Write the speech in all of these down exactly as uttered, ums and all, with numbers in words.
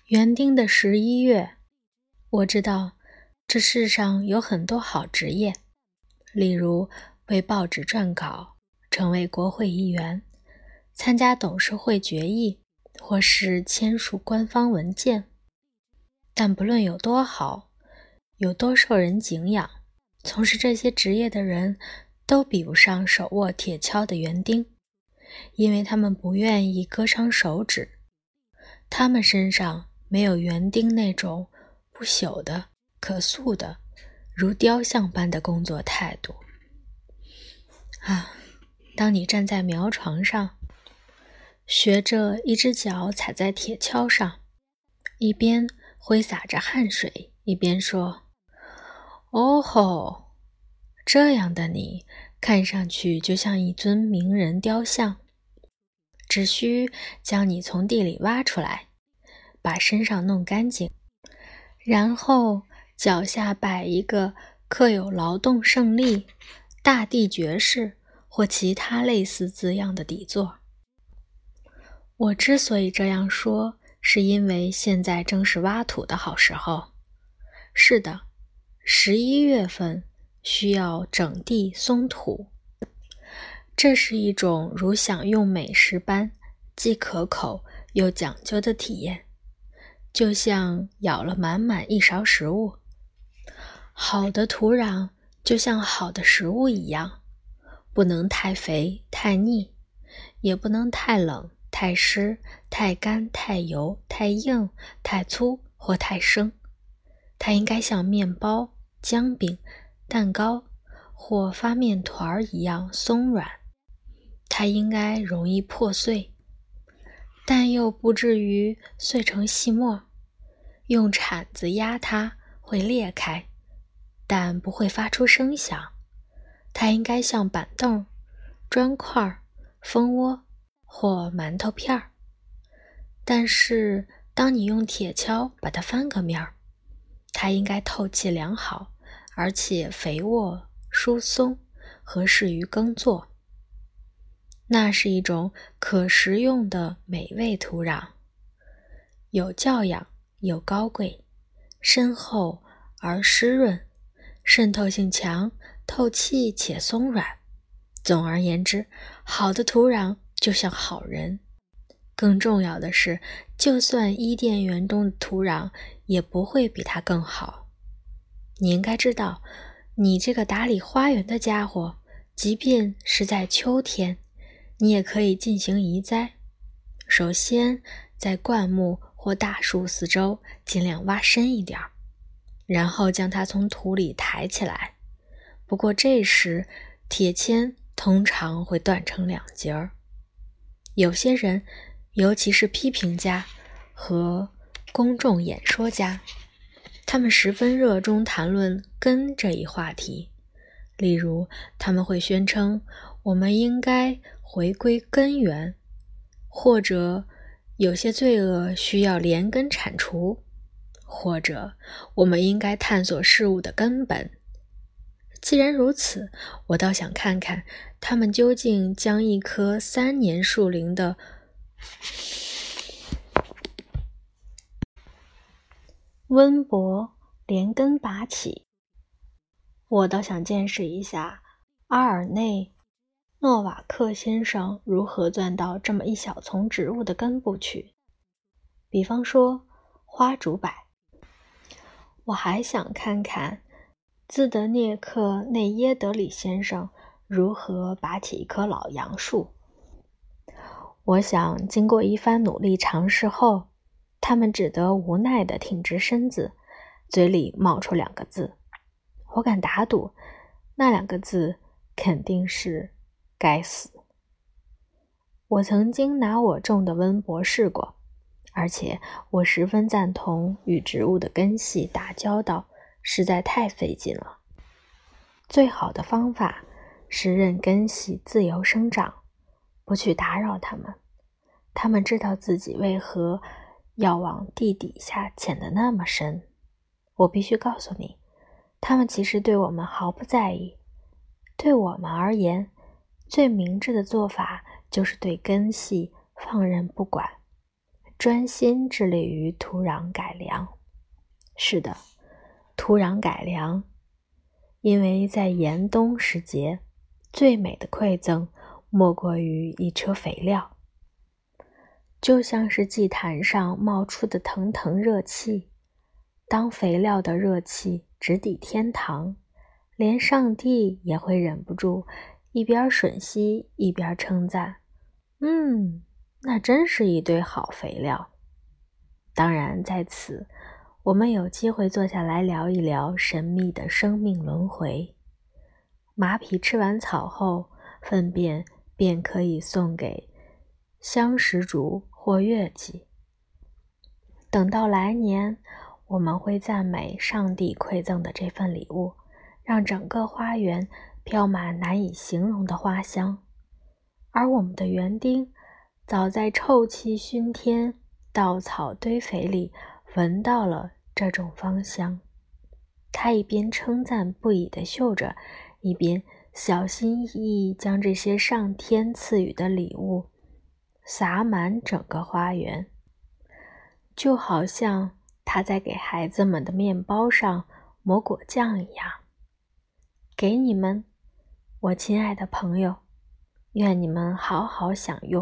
园丁的十一月，我知道这世上有很多好职业，例如为报纸撰稿，成为国会议员，参加董事会决议，或是签署官方文件。但不论有多好，有多受人敬仰，从事这些职业的人都比不上手握铁锹的园丁，因为他们不愿意割伤手指，他们身上没有园丁那种不朽的、可塑的、如雕像般的工作态度。啊，当你站在苗床上，学着一只脚踩在铁锹上，一边挥洒着汗水，一边说：“哦吼，这样的你看上去就像一尊名人雕像。只需将你从地里挖出来，把身上弄干净，然后脚下摆一个刻有劳动胜利、大地爵士或其他类似字样的底座。”我之所以这样说，是因为现在正是挖土的好时候。是的，十一月份需要整地松土。这是一种如享用美食般既可口又讲究的体验，就像舀了满满一勺食物。好的土壤就像好的食物一样，不能太肥太腻，也不能太冷太湿太干太油太硬太粗或太生。它应该像面包、姜饼、蛋糕或发面团一样松软。它应该容易破碎，但又不至于碎成细末。用铲子压它会裂开，但不会发出声响。它应该像板凳、砖块、蜂窝或馒头片儿。但是当你用铁锹把它翻个面儿，它应该透气良好，而且肥沃、疏松，合适于耕作。那是一种可食用的美味土壤，有教养，有高贵，深厚而湿润，渗透性强，透气且松软。总而言之，好的土壤就像好人。更重要的是，就算伊甸园中的土壤也不会比它更好。你应该知道，你这个打理花园的家伙，即便是在秋天，你也可以进行移栽。首先，在灌木或大树四周尽量挖深一点，然后将它从土里抬起来。不过这时，铁钎通常会断成两截儿。有些人，尤其是批评家和公众演说家，他们十分热衷谈论根这一话题。例如，他们会宣称我们应该回归根源，或者有些罪恶需要连根铲除，或者我们应该探索事物的根本。既然如此，我倒想看看他们究竟将一棵三年树龄的温柏连根拔起。我倒想见识一下阿尔内诺瓦克先生如何钻到这么一小丛植物的根部去，比方说花竹柏。我还想看看兹德涅克内耶德里先生如何拔起一棵老杨树。我想经过一番努力尝试后，他们只得无奈地挺直身子，嘴里冒出两个字。我敢打赌，那两个字肯定是该死。我曾经拿我种的温柏试过，而且我十分赞同与植物的根系打交道，实在太费劲了。最好的方法是任根系自由生长，不去打扰它们。它们知道自己为何要往地底下潜得那么深。我必须告诉你，它们其实对我们毫不在意。对我们而言，最明智的做法就是对根系放任不管， 专心致力于土壤改良。是的，土壤改良，因为在严冬时节，最美的馈赠莫过于一车肥料，就像是祭坛上冒出的腾腾热气。当肥料的热气直抵天堂，连上帝也会忍不住一边吮吸一边称赞，嗯，那真是一堆好肥料。当然在此我们有机会坐下来聊一聊神秘的生命轮回。马匹吃完草后，粪便便可以送给香石竹或月季。等到来年，我们会赞美上帝馈赠的这份礼物，让整个花园飘满难以形容的花香。而我们的园丁早在臭气熏天、稻草堆肥里闻到了这种芳香。他一边称赞不已地嗅着，一边小心翼翼将这些上天赐予的礼物洒满整个花园，就好像他在给孩子们的面包上抹果酱一样。给你们，我亲爱的朋友，愿你们好好享用。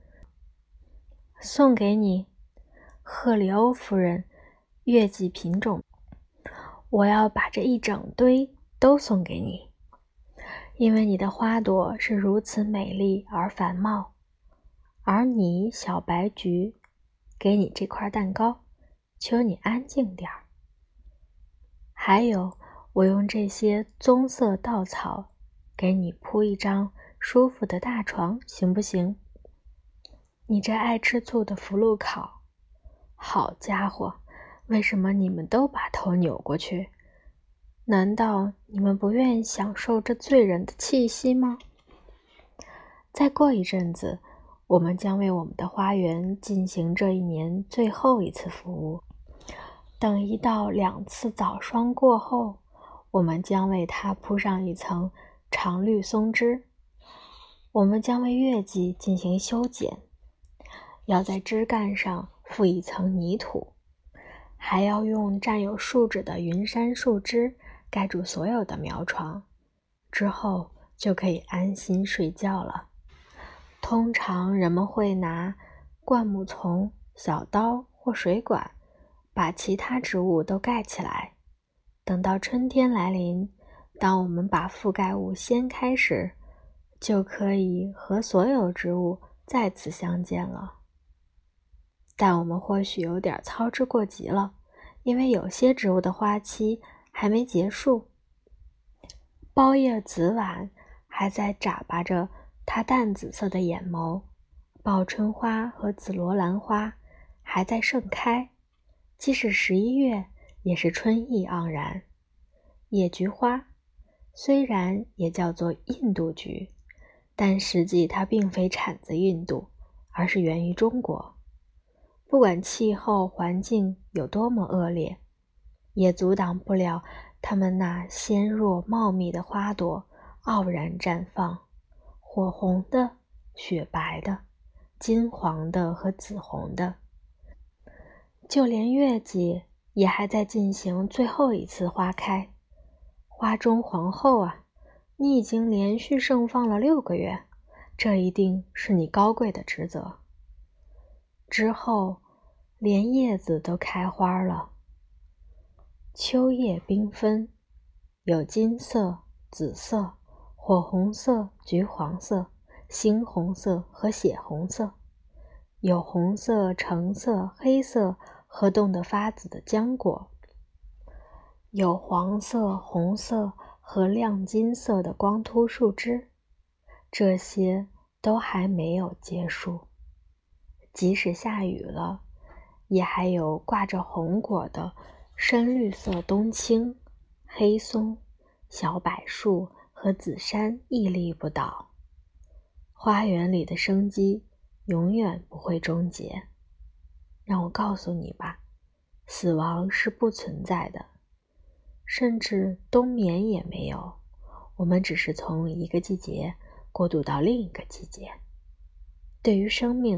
送给你，赫里欧夫人，月季品种。我要把这一整堆都送给你，因为你的花朵是如此美丽而繁茂。而你，小白菊，给你这块蛋糕，求你安静点儿。还有，我用这些棕色稻草给你铺一张舒服的大床，行不行？你这爱吃醋的福禄考，好家伙，为什么你们都把头扭过去？难道你们不愿意享受这醉人的气息吗？再过一阵子，我们将为我们的花园进行这一年最后一次服务。等一到两次早霜过后，我们将为它铺上一层常绿松枝。我们将为月季进行修剪，要在枝干上覆一层泥土，还要用占有树脂的云杉树枝盖住所有的苗床，之后就可以安心睡觉了。通常人们会拿灌木丛、小刀或水管把其他植物都盖起来。等到春天来临，当我们把覆盖物掀开时，就可以和所有植物再次相见了。但我们或许有点操之过急了，因为有些植物的花期还没结束。包叶紫菀还在眨巴着它淡紫色的眼眸，报春花和紫罗兰花还在盛开，即使十一月也是春意盎然。野菊花虽然也叫做印度菊，但实际它并非产自印度，而是源于中国。不管气候环境有多么恶劣，也阻挡不了它们那纤弱茂密的花朵傲然绽放，火红的、雪白的、金黄的和紫红的。就连月季也还在进行最后一次花开。花中皇后啊，你已经连续盛放了六个月，这一定是你高贵的职责。之后，连叶子都开花了。秋叶缤纷，有金色、紫色、火红色、橘黄色、猩红色和血红色，有红色、橙色、黑色和冻得发紫的浆果，有黄色、红色和亮金色的光秃树枝，这些都还没有结束。即使下雨了，也还有挂着红果的深绿色冬青、黑松、小柏树和紫杉屹立不倒。花园里的生机永远不会终结。让我告诉你吧，死亡是不存在的，甚至冬眠也没有。我们只是从一个季节过渡到另一个季节。对于生命，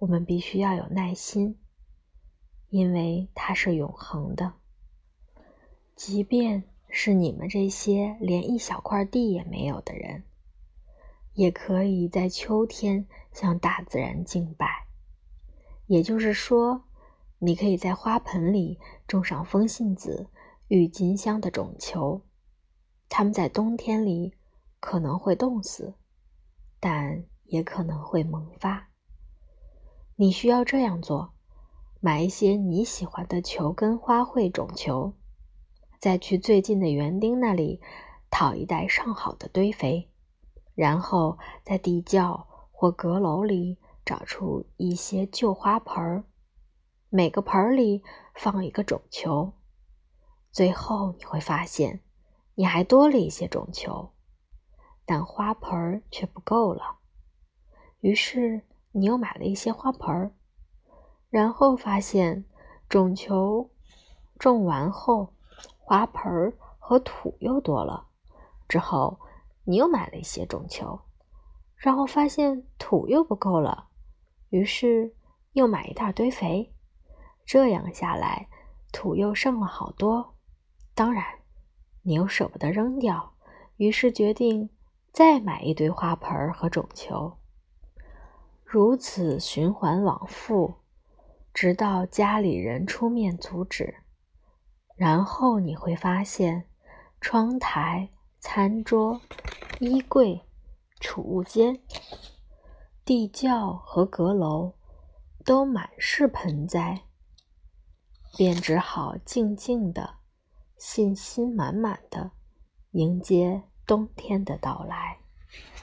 我们必须要有耐心，因为它是永恒的。即便是你们这些连一小块地也没有的人，也可以在秋天向大自然敬拜。也就是说，你可以在花盆里种上风信子、郁金香的种球，它们在冬天里可能会冻死，但也可能会萌发。你需要这样做：买一些你喜欢的球根花卉种球，再去最近的园丁那里讨一袋上好的堆肥，然后在地窖或阁楼里找出一些旧花盆，每个盆里放一个种球。最后你会发现，你还多了一些种球，但花盆却不够了。于是你又买了一些花盆，然后发现种球种完后，花盆和土又多了。之后你又买了一些种球，然后发现土又不够了，于是又买一大堆肥。这样下来，土又剩了好多。当然，你又舍不得扔掉，于是决定再买一堆花盆和种球。如此循环往复，直到家里人出面阻止。然后你会发现，窗台、餐桌、衣柜、储物间、地窖和阁楼都满是盆栽，便只好静静地、信心满满地迎接冬天的到来。